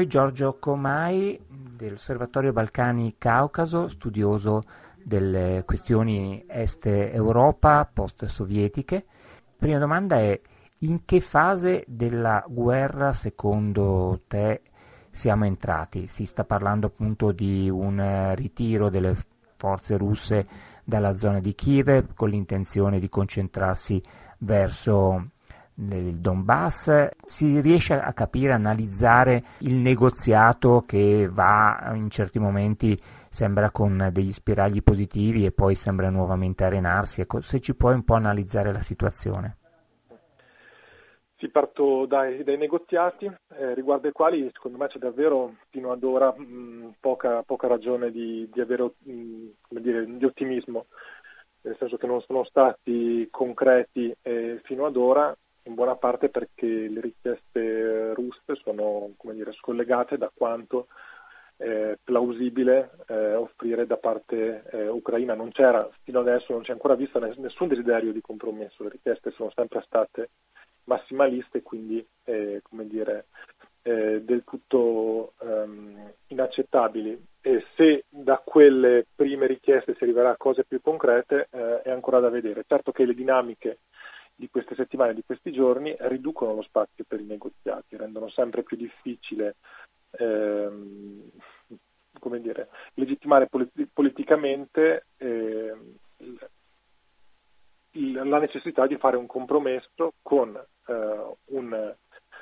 Giorgio Comai dell'Osservatorio Balcani-Caucaso, studioso delle questioni Est Europa, post-sovietiche. Prima domanda è: in che fase della guerra secondo te siamo entrati? Si sta parlando appunto di un ritiro delle forze russe dalla zona di Kiev con l'intenzione di concentrarsi verso il Donbass. Si riesce a capire, analizzare il negoziato che va in certi momenti, sembra con degli spiragli positivi e poi sembra nuovamente arenarsi. Ecco, se ci puoi un po' analizzare la situazione. Sì, parto dai negoziati, riguardo ai quali secondo me c'è davvero fino ad ora poca ragione di avere di ottimismo, nel senso che non sono stati concreti fino ad ora, in buona parte perché le richieste russe sono scollegate da quanto plausibile offrire da parte ucraina. Non c'era fino adesso, non c'è ancora vista nessun desiderio di compromesso, le richieste sono sempre state massimaliste, quindi del tutto inaccettabili. E se da quelle prime richieste si arriverà a cose più concrete è ancora da vedere. Certo che le dinamiche di queste settimane, di questi giorni, riducono lo spazio per i negoziati, rendono sempre più difficile legittimare politicamente la necessità di fare un compromesso con un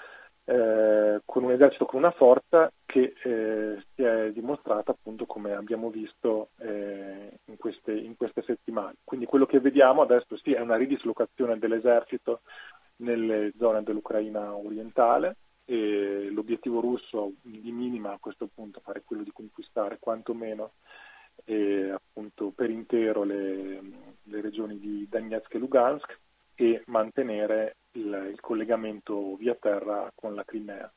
esercito, con una forza che si è dimostrata, appunto, come abbiamo visto in queste settimane. Quindi quello che vediamo adesso sì è una ridislocazione dell'esercito nelle zone dell'Ucraina orientale, e l'obiettivo russo di minima a questo punto pare quello di conquistare quantomeno appunto per intero le regioni di Donetsk e Lugansk e mantenere il collegamento via terra con la Crimea.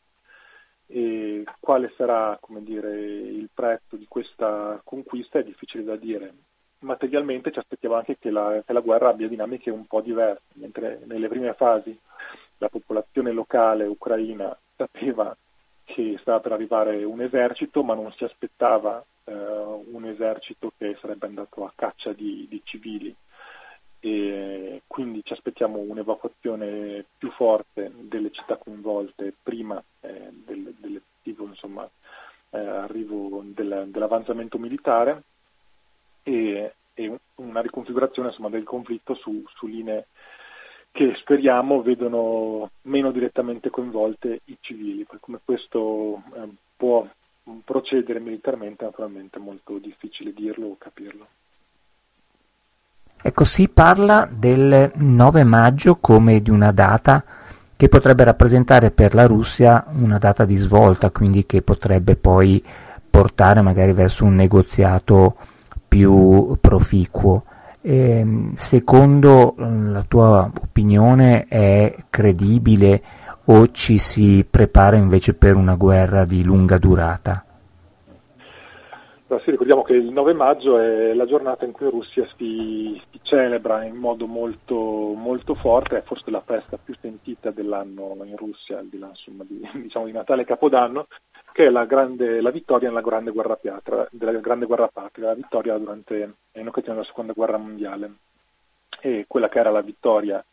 E quale sarà, il prezzo di questa conquista è difficile da dire. Materialmente ci aspettiamo anche che la guerra abbia dinamiche un po' diverse, mentre nelle prime fasi la popolazione locale ucraina sapeva che stava per arrivare un esercito, ma non si aspettava un esercito che sarebbe andato a caccia di civili, e quindi ci aspettiamo un'evacuazione più forte delle città coinvolte prima dell'effettivo arrivo dell'avanzamento militare, e una riconfigurazione del conflitto su linee che speriamo vedono meno direttamente coinvolte i civili. Come questo può procedere militarmente, naturalmente è molto difficile dirlo o capirlo. Ecco, si parla del 9 maggio come di una data che potrebbe rappresentare per la Russia una data di svolta, quindi che potrebbe poi portare magari verso un negoziato più proficuo. Secondo la tua opinione è credibile o ci si prepara invece per una guerra di lunga durata? Sì, ricordiamo che il 9 maggio è la giornata in cui in Russia si celebra in modo molto, molto forte, è forse la festa più sentita dell'anno in Russia, al di là di Natale e Capodanno, che è la vittoria nella Grande Guerra Patria, la vittoria in occasione della Seconda Guerra Mondiale, e quella che era la vittoria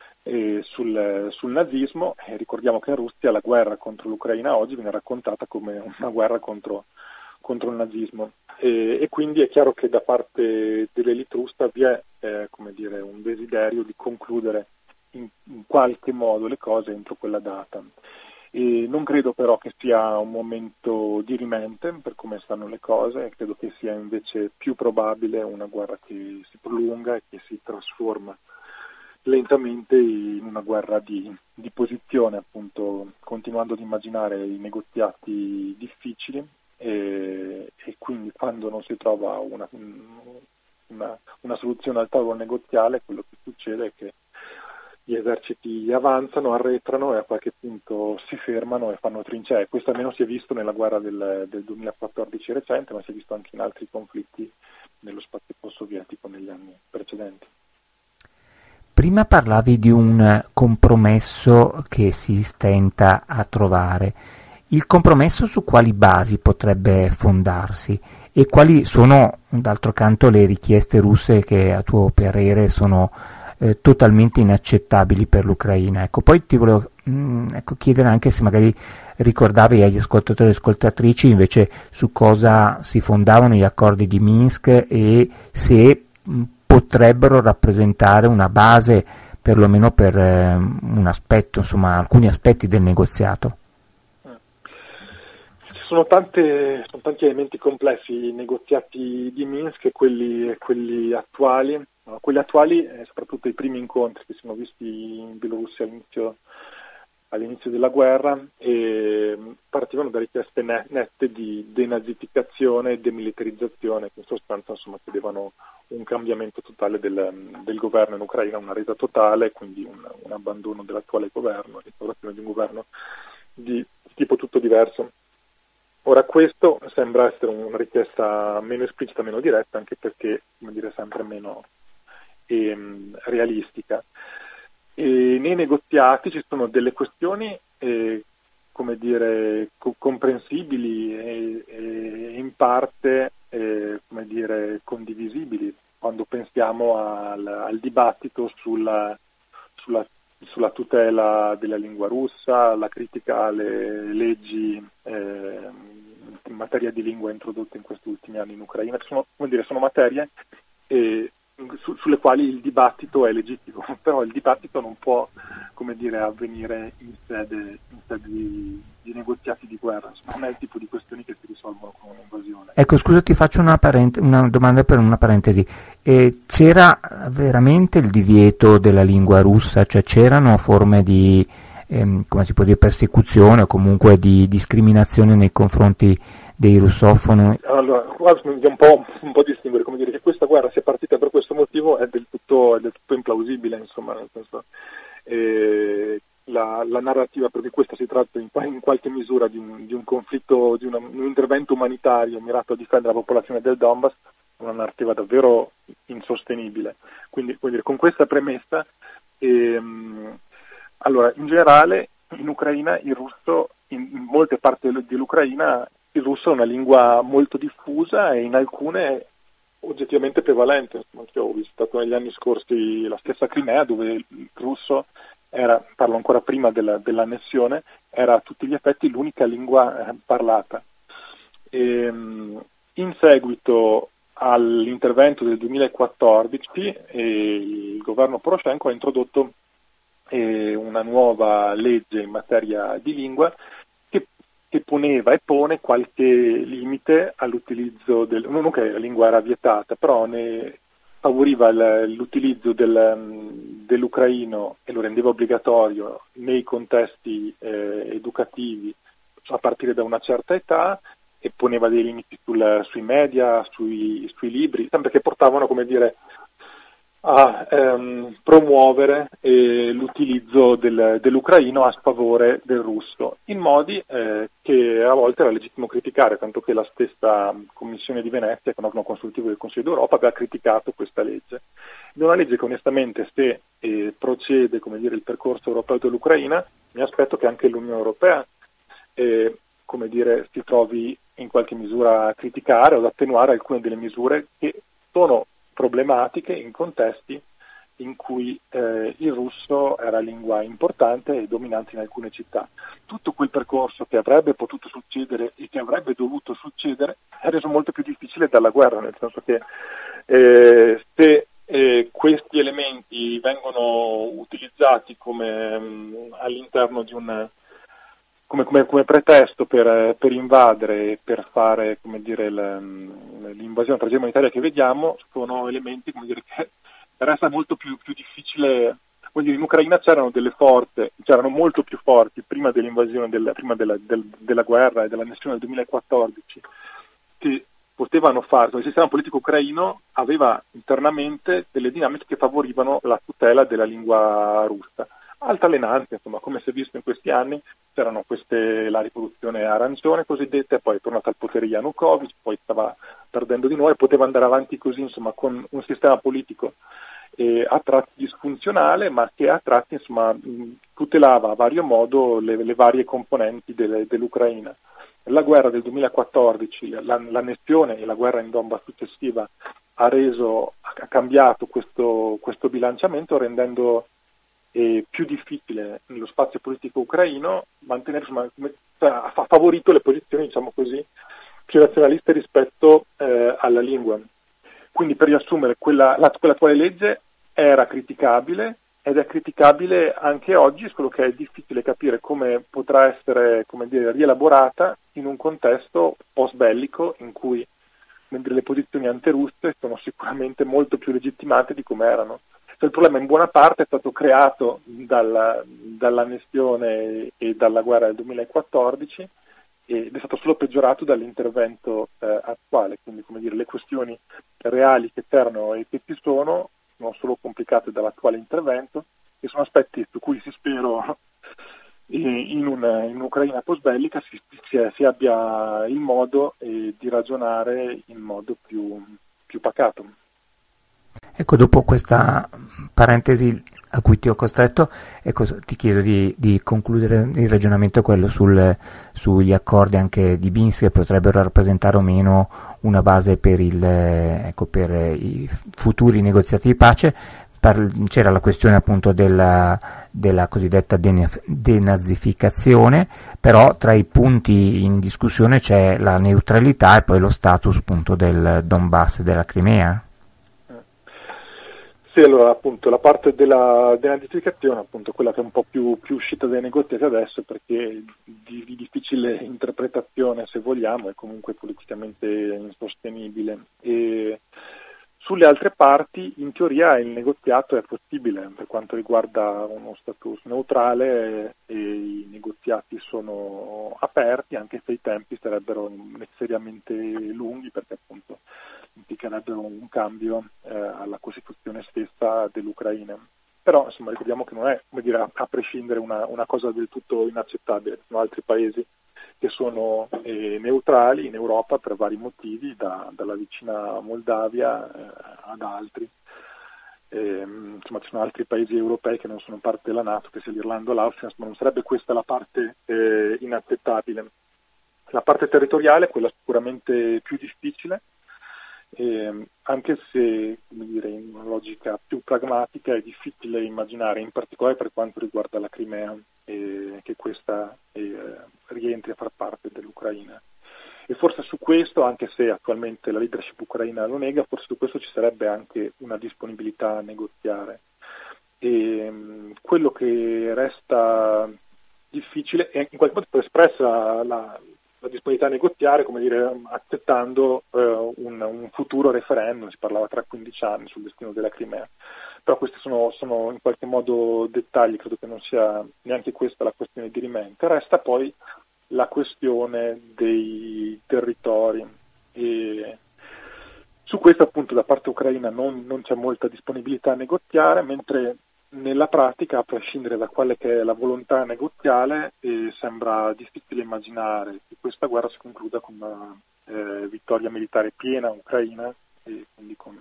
sul nazismo. E ricordiamo che in Russia la guerra contro l'Ucraina oggi viene raccontata come una guerra contro il nazismo, e quindi è chiaro che da parte dell'elite russa vi è un desiderio di concludere in qualche modo le cose entro quella data. E non credo però che sia un momento dirimente per come stanno le cose, credo che sia invece più probabile una guerra che si prolunga e che si trasforma lentamente in una guerra di posizione, appunto, continuando ad immaginare i negoziati difficili, e quindi quando non si trova una soluzione al tavolo negoziale, quello che succede è che gli eserciti avanzano, arretrano e a qualche punto si fermano e fanno trincee. Questo almeno si è visto nella guerra del 2014 recente, ma si è visto anche in altri conflitti nello spazio post-sovietico negli anni precedenti. Prima parlavi di un compromesso che si stenta a trovare. Il compromesso su quali basi potrebbe fondarsi e quali sono, d'altro canto, le richieste russe che a tuo parere sono totalmente inaccettabili per l'Ucraina? Ecco, poi ti volevo chiedere anche se magari ricordavi agli ascoltatori e ascoltatrici invece su cosa si fondavano gli accordi di Minsk e se potrebbero rappresentare una base perlomeno per un aspetto, insomma, alcuni aspetti del negoziato. Sono tanti elementi complessi i negoziati di Minsk e quelli attuali. No, quelli attuali, soprattutto i primi incontri che si sono visti in Bielorussia all'inizio della guerra, partivano da richieste nette di denazifìcazione e demilitarizzazione, che in sostanza insomma chiedevano un cambiamento totale del governo in Ucraina, una resa totale, quindi un abbandono dell'attuale governo, l'instaurazione di un governo di tipo tutto diverso. Ora questo sembra essere una richiesta meno esplicita, meno diretta, anche perché, come dire, sempre meno realistica. E nei negoziati ci sono delle questioni, come dire, comprensibili e in parte, come dire, condivisibili, quando pensiamo al dibattito sulla tutela della lingua russa, la critica alle leggi in materia di lingua introdotte in questi ultimi anni in Ucraina. Sono materie sulle quali il dibattito è legittimo, però il dibattito non può, come dire, avvenire in sede di negoziati di guerra. Non è il tipo di questioni che si risolvono con un'invasione. Ecco, scusa, ti faccio una domanda per una parentesi. C'era veramente il divieto della lingua russa? Cioè c'erano forme di, come si può dire, persecuzione o comunque di discriminazione nei confronti dei russofoni? Allora, qua bisogna un po' distinguere, come dire, che questa guerra sia partita per questo motivo è del tutto implausibile, insomma, nel senso, la narrativa per cui questa si tratta in qualche misura di un conflitto, di un intervento umanitario mirato a difendere la popolazione del Donbass, è una narrativa davvero insostenibile. Quindi, vuol dire, con questa premessa, allora, in generale, in Ucraina il russo, in molte parti dell'Ucraina, il russo è una lingua molto diffusa e in alcune oggettivamente prevalente. Anche io ho visitato negli anni scorsi la stessa Crimea, dove il russo era, parlo ancora prima dell'annessione, era a tutti gli effetti l'unica lingua parlata. In seguito all'intervento del 2014 il governo Poroshenko ha introdotto una nuova legge in materia di lingua che poneva e pone qualche limite all'utilizzo non che la lingua era vietata, però ne favoriva l'utilizzo dell'ucraino e lo rendeva obbligatorio nei contesti educativi a partire da una certa età, e poneva dei limiti sui media, sui libri, sempre che portavano, come dire, a promuovere l'utilizzo dell'ucraino a sfavore del russo, in modi che a volte era legittimo criticare, tanto che la stessa Commissione di Venezia, con organo consultivo del Consiglio d'Europa, aveva criticato questa legge. È una legge che onestamente, se procede, come dire, il percorso europeo dell'Ucraina, mi aspetto che anche l'Unione Europea come dire, si trovi in qualche misura a criticare o ad attenuare alcune delle misure che sono problematiche in contesti in cui il russo era lingua importante e dominante in alcune città. Tutto quel percorso che avrebbe potuto succedere e che avrebbe dovuto succedere è reso molto più difficile dalla guerra, nel senso che se questi elementi vengono utilizzati come all'interno di come pretesto per invadere, per fare, come dire, l'invasione, la tragedia umanitaria che vediamo, sono elementi, come dire, che resta molto più difficile. Vuol dire, in Ucraina c'erano delle forze, c'erano molto più forti prima dell'invasione, prima della guerra e dell'annessione del 2014, che potevano fare. Il sistema politico ucraino aveva internamente delle dinamiche che favorivano la tutela della lingua russa. Altalenanti, insomma, come si è visto in questi anni, c'erano la rivoluzione arancione cosiddetta, poi è tornato al potere Yanukovych, poi stava perdendo di nuovo e poteva andare avanti così, insomma, con un sistema politico a tratti disfunzionale, ma che a tratti insomma tutelava a vario modo le varie componenti dell'Ucraina. La guerra del 2014, l'annessione e la guerra in Donbass successiva ha cambiato questo bilanciamento, rendendo più difficile nello spazio politico ucraino mantenere, ha favorito le posizioni, diciamo così, più nazionaliste rispetto alla lingua. Quindi, per riassumere, quell'attuale legge era criticabile ed è criticabile anche oggi, solo che è difficile capire come potrà essere, rielaborata in un contesto post-bellico in cui le posizioni antirusse sono sicuramente molto più legittimate di come erano. Il problema in buona parte è stato creato dall'annessione e dalla guerra del 2014 ed è stato solo peggiorato dall'intervento attuale, quindi le questioni reali che c'erano e che ci sono solo complicate dall'attuale intervento e sono aspetti su cui si spero in un'Ucraina post-bellica si abbia il modo di ragionare in modo più pacato. Ecco, dopo questa parentesi a cui ti ho costretto, ti chiedo di concludere il ragionamento, quello sugli accordi anche di Minsk, che potrebbero rappresentare o meno una base per i futuri negoziati di pace. C'era la questione appunto della cosiddetta denazificazione, però tra i punti in discussione c'è la neutralità e poi lo status appunto del Donbass e della Crimea. Sì, allora appunto la parte della denazificazione, appunto quella che è un po' più uscita dai negoziati adesso, perché di difficile interpretazione, se vogliamo, è comunque politicamente insostenibile. E sulle altre parti, in teoria, il negoziato è possibile per quanto riguarda uno status neutrale e i negoziati sono aperti, anche se i tempi sarebbero necessariamente lunghi, perché appunto implicherebbero un cambio alla Costituzione stessa dell'Ucraina. Però insomma ricordiamo che non è, a prescindere una cosa del tutto inaccettabile. Ci sono altri paesi che sono neutrali in Europa per vari motivi, dalla vicina Moldavia ad altri. Insomma ci sono altri paesi europei che non sono parte della NATO, che sia l'Irlanda o l'Austria, insomma non sarebbe questa la parte inaccettabile. La parte territoriale è quella sicuramente più difficile, anche se in una logica più pragmatica è difficile immaginare, in particolare per quanto riguarda la Crimea, che questa rientri a far parte dell'Ucraina. E forse su questo, anche se attualmente la leadership ucraina lo nega, forse su questo ci sarebbe anche una disponibilità a negoziare. Quello che resta difficile è in qualche modo espressa la disponibilità a negoziare, accettando un futuro referendum. Si parlava tra 15 anni sul destino della Crimea, però questi sono in qualche modo dettagli, credo che non sia neanche questa la questione dirimente. Resta poi la questione dei territori e su questo appunto da parte ucraina non c'è molta disponibilità a negoziare, mentre nella pratica, a prescindere da quale che è la volontà negoziale, sembra difficile immaginare che questa guerra si concluda con una vittoria militare piena ucraina e quindi con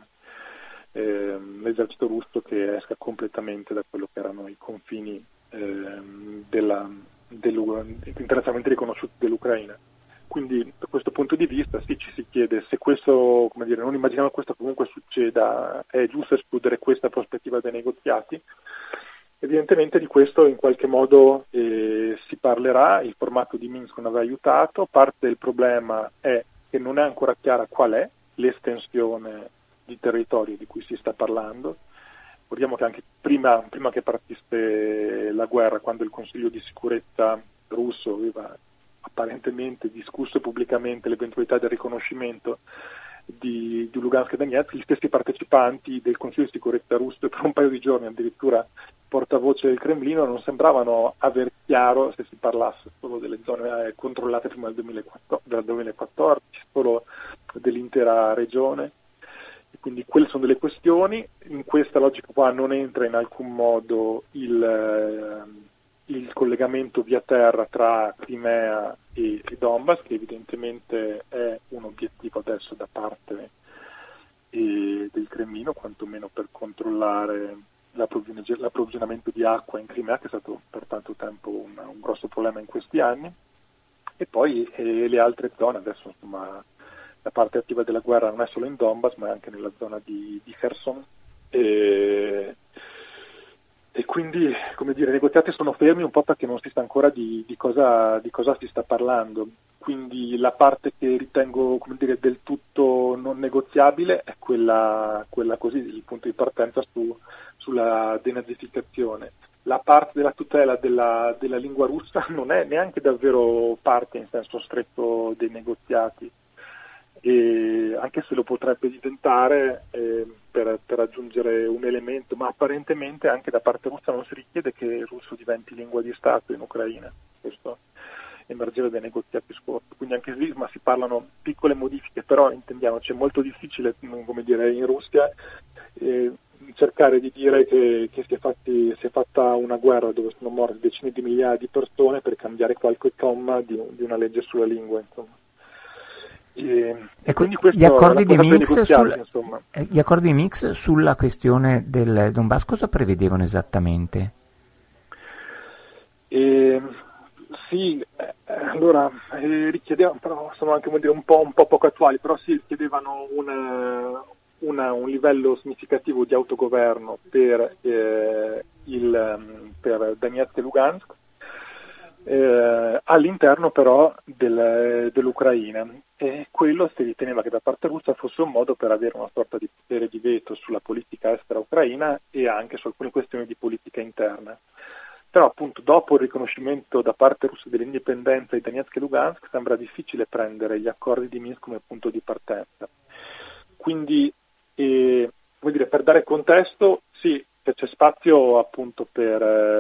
l'esercito russo che esca completamente da quello che erano i confini internazionalmente riconosciuti dell'Ucraina. Quindi da questo punto di vista sì, ci si chiede se questo, non immaginiamo che questo comunque succeda, è giusto escludere questa prospettiva dei negoziati. Evidentemente di questo in qualche modo si parlerà, il formato di Minsk non aveva aiutato, parte del problema è che non è ancora chiara qual è l'estensione di territorio di cui si sta parlando. Ricordiamo che anche prima che partisse la guerra, quando il Consiglio di sicurezza russo aveva apparentemente discusso pubblicamente l'eventualità del riconoscimento di Lugansk e Donetsk, gli stessi partecipanti del Consiglio di sicurezza russo per un paio di giorni, addirittura portavoce del Cremlino, non sembravano aver chiaro se si parlasse solo delle zone controllate prima del 2014, solo dell'intera regione. E quindi quelle sono delle questioni. In questa logica qua non entra in alcun modo il collegamento via terra tra Crimea e Donbass, che evidentemente è un obiettivo adesso da parte e del Cremlino, quantomeno per controllare l'approvvigionamento di acqua in Crimea, che è stato per tanto tempo un grosso problema in questi anni, e poi le altre zone. Adesso insomma la parte attiva della guerra non è solo in Donbass, ma è anche nella zona di Kherson, e quindi, come dire, i negoziati sono fermi un po' perché non si sa ancora di cosa si sta parlando. Quindi la parte che ritengo, come dire, del tutto non negoziabile è quella così, il punto di partenza sulla denazificazione. La parte della tutela della lingua russa non è neanche davvero parte in senso stretto dei negoziati, e anche se lo potrebbe diventare per raggiungere un elemento, ma apparentemente anche da parte russa non si richiede che il russo diventi lingua di Stato in Ucraina. Questo emergeva dai negoziati scorsi, quindi anche lì si parlano piccole modifiche, però intendiamoci, è molto difficile, come dire, in Russia cercare di dire che si è fatta una guerra dove sono morte decine di migliaia di persone per cambiare qualche comma di una legge sulla lingua, insomma. E quindi gli accordi di Minsk sulla questione del Donbass cosa prevedevano esattamente? Sì, allora richiedevano, però sono anche un po' poco attuali, però sì, richiedevano un livello significativo di autogoverno per Donetsk e Lugansk, all'interno però dell'Ucraina, e quello si riteneva che da parte russa fosse un modo per avere una sorta di potere di veto sulla politica estera ucraina e anche su alcune questioni di politica interna. Però appunto dopo il riconoscimento da parte russa dell'indipendenza di Donetsk e Lugansk sembra difficile prendere gli accordi di Minsk come punto di partenza. Quindi come dire, per dare contesto, sì, c'è spazio appunto per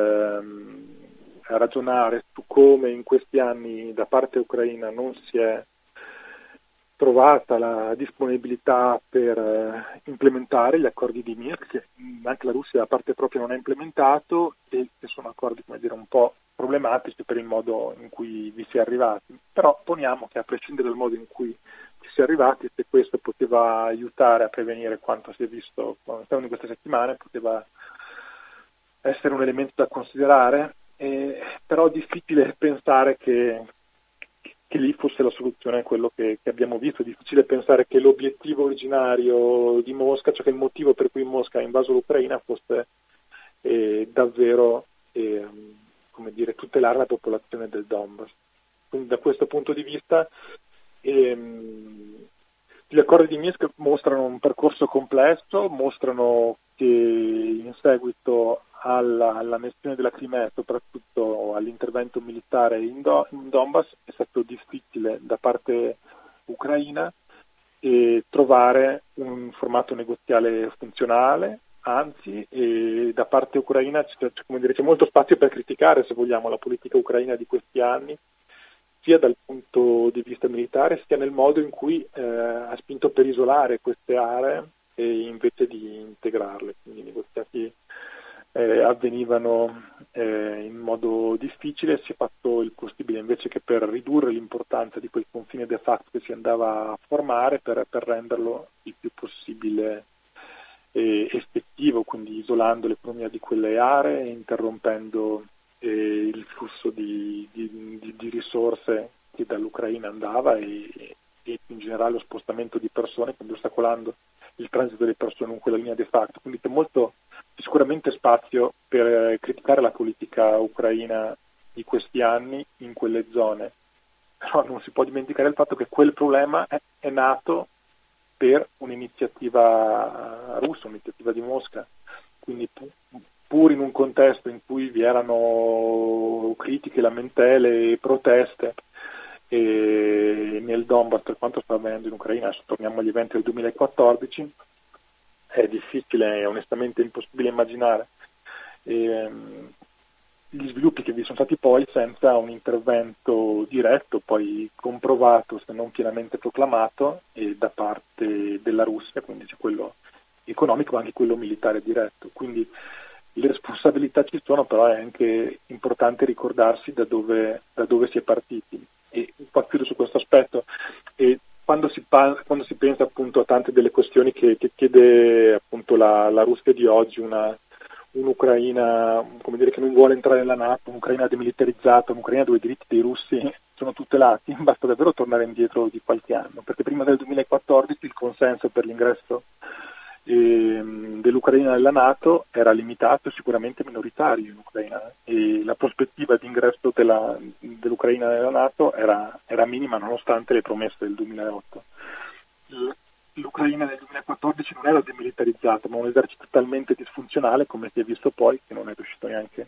ragionare su come in questi anni da parte ucraina non si è trovata la disponibilità per implementare gli accordi di Minsk, che anche la Russia da parte propria non ha implementato, e che sono accordi, come dire, un po' problematici per il modo in cui vi si è arrivati. Però poniamo che, a prescindere dal modo in cui ci si è arrivati, se questo poteva aiutare a prevenire quanto si è visto in queste settimane, poteva essere un elemento da considerare, però è difficile pensare che lì fosse la soluzione a quello che abbiamo visto. È difficile pensare che l'obiettivo originario di Mosca, cioè che il motivo per cui Mosca ha invaso l'Ucraina, fosse davvero come dire, tutelare la popolazione del Donbass. Quindi da questo punto di vista gli accordi di Minsk mostrano un percorso complesso, mostrano che in seguito all'annessione della Crimea, soprattutto all'intervento militare in Donbass, è stato difficile da parte ucraina trovare un formato negoziale funzionale, anzi da parte ucraina c'è molto spazio per criticare, se vogliamo, la politica ucraina di questi anni, sia dal punto di vista militare, sia nel modo in cui ha spinto per isolare queste aree invece di integrarle. Quindi i negoziati avvenivano in modo difficile, si è fatto il possibile invece che per ridurre l'importanza di quel confine de facto che si andava a formare, per renderlo il più possibile effettivo, quindi isolando l'economia di quelle aree, interrompendo il flusso di risorse che dall'Ucraina andava e in generale lo spostamento di persone, quindi ostacolando il transito delle persone in quella linea de facto. Quindi c'è sicuramente spazio per criticare la politica ucraina di questi anni in quelle zone, però non si può dimenticare il fatto che quel problema è nato per un'iniziativa russa, un'iniziativa di Mosca, quindi pur in un contesto in cui vi erano critiche, lamentele e proteste nel Donbass per quanto sta avvenendo in Ucraina. Adesso torniamo agli eventi del 2014, è difficile e onestamente impossibile immaginare gli sviluppi che vi sono stati poi senza un intervento diretto, poi comprovato se non pienamente proclamato, da parte della Russia, quindi c'è quello economico ma anche quello militare diretto. Quindi le responsabilità ci sono, però è anche importante ricordarsi da dove si è partiti. E qua chiudo su questo aspetto. E quando si quando si pensa appunto a tante delle questioni che chiede appunto la Russia di oggi, un'Ucraina, come dire, che non vuole entrare nella NATO, un'Ucraina demilitarizzata, un'Ucraina dove i diritti dei russi sono tutelati, basta davvero tornare indietro di qualche anno, perché prima del 2014 il consenso per l'ingresso dell'Ucraina nella NATO era limitato e sicuramente minoritario in Ucraina, e la prospettiva di ingresso dell'Ucraina nella NATO era minima nonostante le promesse del 2008. L'Ucraina nel 2014 non era demilitarizzata, ma un esercito talmente disfunzionale, come si è visto poi, che non è riuscito neanche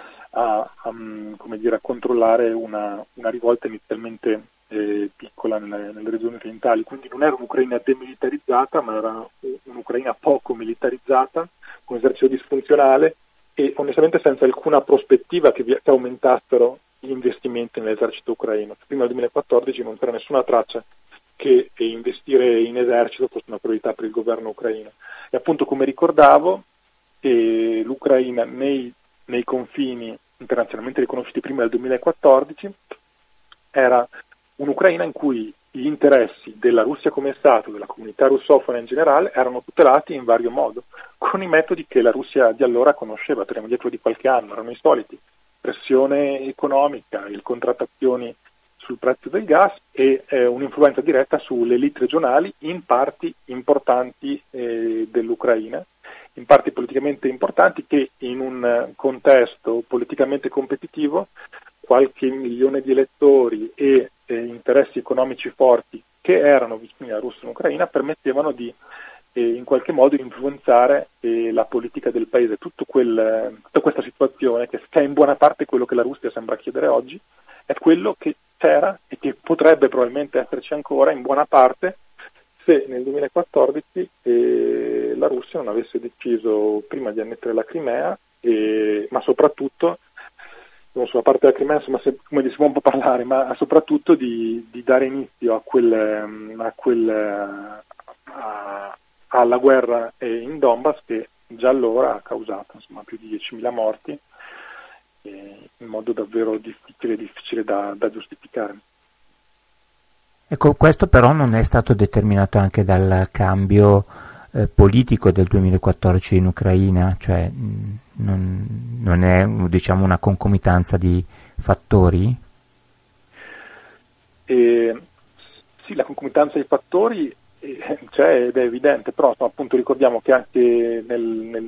a controllare una rivolta inizialmente piccola nelle regioni orientali. Quindi non era un'Ucraina demilitarizzata, ma era un'Ucraina poco militarizzata, con un esercito disfunzionale e onestamente senza alcuna prospettiva che aumentassero gli investimenti nell'esercito ucraino. Prima del 2014 non c'era nessuna traccia che investire in esercito fosse una priorità per il governo ucraino. E appunto, come ricordavo, l'Ucraina nei confini internazionalmente riconosciuti prima del 2014 era un'Ucraina in cui gli interessi della Russia come Stato, della comunità russofona in generale, erano tutelati in vario modo, con i metodi che la Russia di allora conosceva, torniamo dietro di qualche anno, erano i soliti: pressione economica, il contrattazioni sul prezzo del gas e un'influenza diretta sulle elite regionali in parti importanti dell'Ucraina, in parti politicamente importanti che in un contesto politicamente competitivo qualche milione di elettori e interessi economici forti che erano vicini alla Russia in Ucraina permettevano di in qualche modo influenzare la politica del paese. Tutta questa situazione, che è in buona parte quello che la Russia sembra chiedere oggi, è quello che c'era e che potrebbe probabilmente esserci ancora in buona parte se nel 2014 la Russia non avesse deciso prima di annettere la Crimea, ma soprattutto sulla parte della Crimea, insomma, come si può un po' parlare, ma soprattutto di dare inizio alla guerra in Donbass, che già allora ha causato più di 10.000 morti, in modo davvero difficile da giustificare. Ecco, questo però non è stato determinato anche dal cambio politico del 2014 in Ucraina, cioè non è, diciamo, una concomitanza di fattori? Sì, la concomitanza di fattori c'è ed è evidente, però appunto ricordiamo che anche nel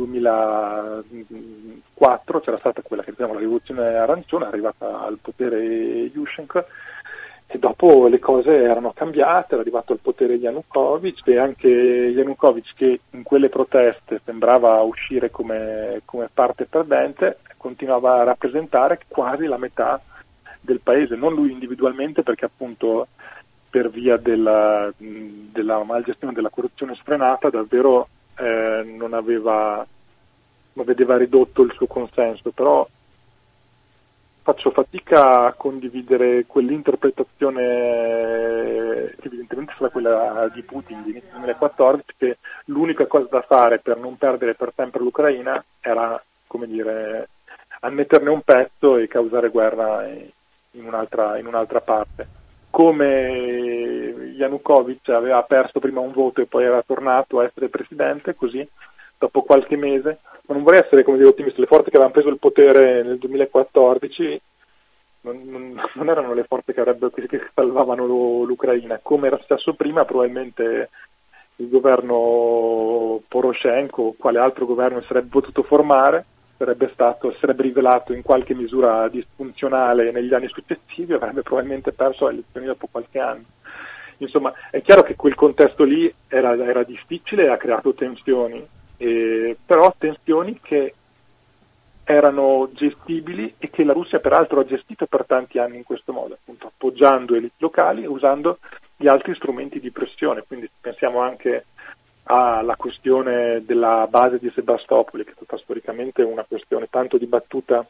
2004 c'era stata quella che chiamiamo la rivoluzione arancione, è arrivata al potere Yushchenko, e dopo le cose erano cambiate, era arrivato al potere Yanukovych, e anche Yanukovych, che in quelle proteste sembrava uscire come parte perdente, continuava a rappresentare quasi la metà del paese, non lui individualmente, perché appunto per via della malgestione, della corruzione sfrenata, davvero non vedeva ridotto il suo consenso, però faccio fatica a condividere quell'interpretazione che evidentemente sarà quella di Putin di inizio 2014, che l'unica cosa da fare per non perdere per sempre l'Ucraina era, come dire, annetterne un pezzo e causare guerra in un'altra parte. Come Yanukovych aveva perso prima un voto e poi era tornato a essere presidente, così dopo qualche mese, ma non vorrei essere, come dire, ottimista, le forze che avevano preso il potere nel 2014 non erano le forze che salvavano l'Ucraina. Come era successo prima, probabilmente il governo Poroshenko o quale altro governo sarebbe potuto formare sarebbe rivelato in qualche misura disfunzionale negli anni successivi, avrebbe probabilmente perso le elezioni dopo qualche anno. Insomma, è chiaro che quel contesto lì era difficile e ha creato tensioni, però tensioni che erano gestibili e che la Russia peraltro ha gestito per tanti anni in questo modo, appunto appoggiando elite locali e usando gli altri strumenti di pressione. Quindi pensiamo anche alla questione della base di Sebastopoli, che è stata storicamente una questione tanto dibattuta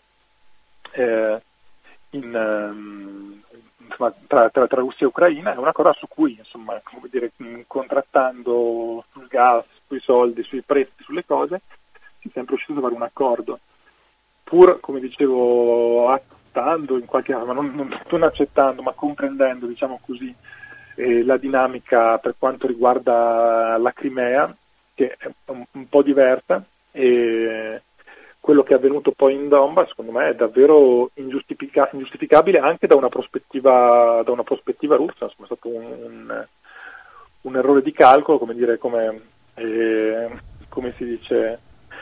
tra Russia e Ucraina, è una cosa su cui, insomma, come dire, contrattando sul gas, sui soldi, sui prezzi, sulle cose, si è sempre riuscito a trovare un accordo, pur, come dicevo, accettando in qualche modo, non accettando, ma comprendendo, diciamo così, la dinamica per quanto riguarda la Crimea, che è un po' diversa, e quello che è avvenuto poi in Donbass secondo me è davvero ingiustificabile anche da una prospettiva russa. Insomma, è stato un errore di calcolo, come dire, come si dice,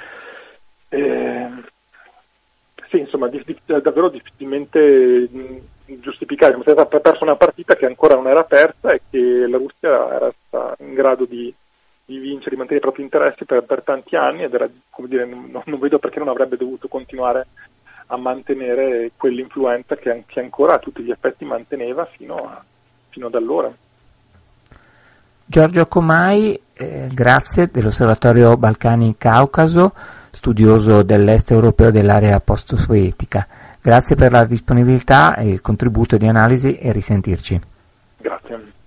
sì, insomma, davvero difficilmente giustificabile. Si è perso una partita che ancora non era persa e che la Russia era stata in grado di vincere, di mantenere i propri interessi per tanti anni, ed era, come dire, non vedo perché non avrebbe dovuto continuare a mantenere quell'influenza che ancora a tutti gli effetti manteneva fino ad allora. Giorgio Comai, grazie, dell'Osservatorio Balcani Caucaso, studioso dell'est europeo e dell'area post-sovietica. Grazie per la disponibilità e il contributo di analisi, e risentirci. Grazie.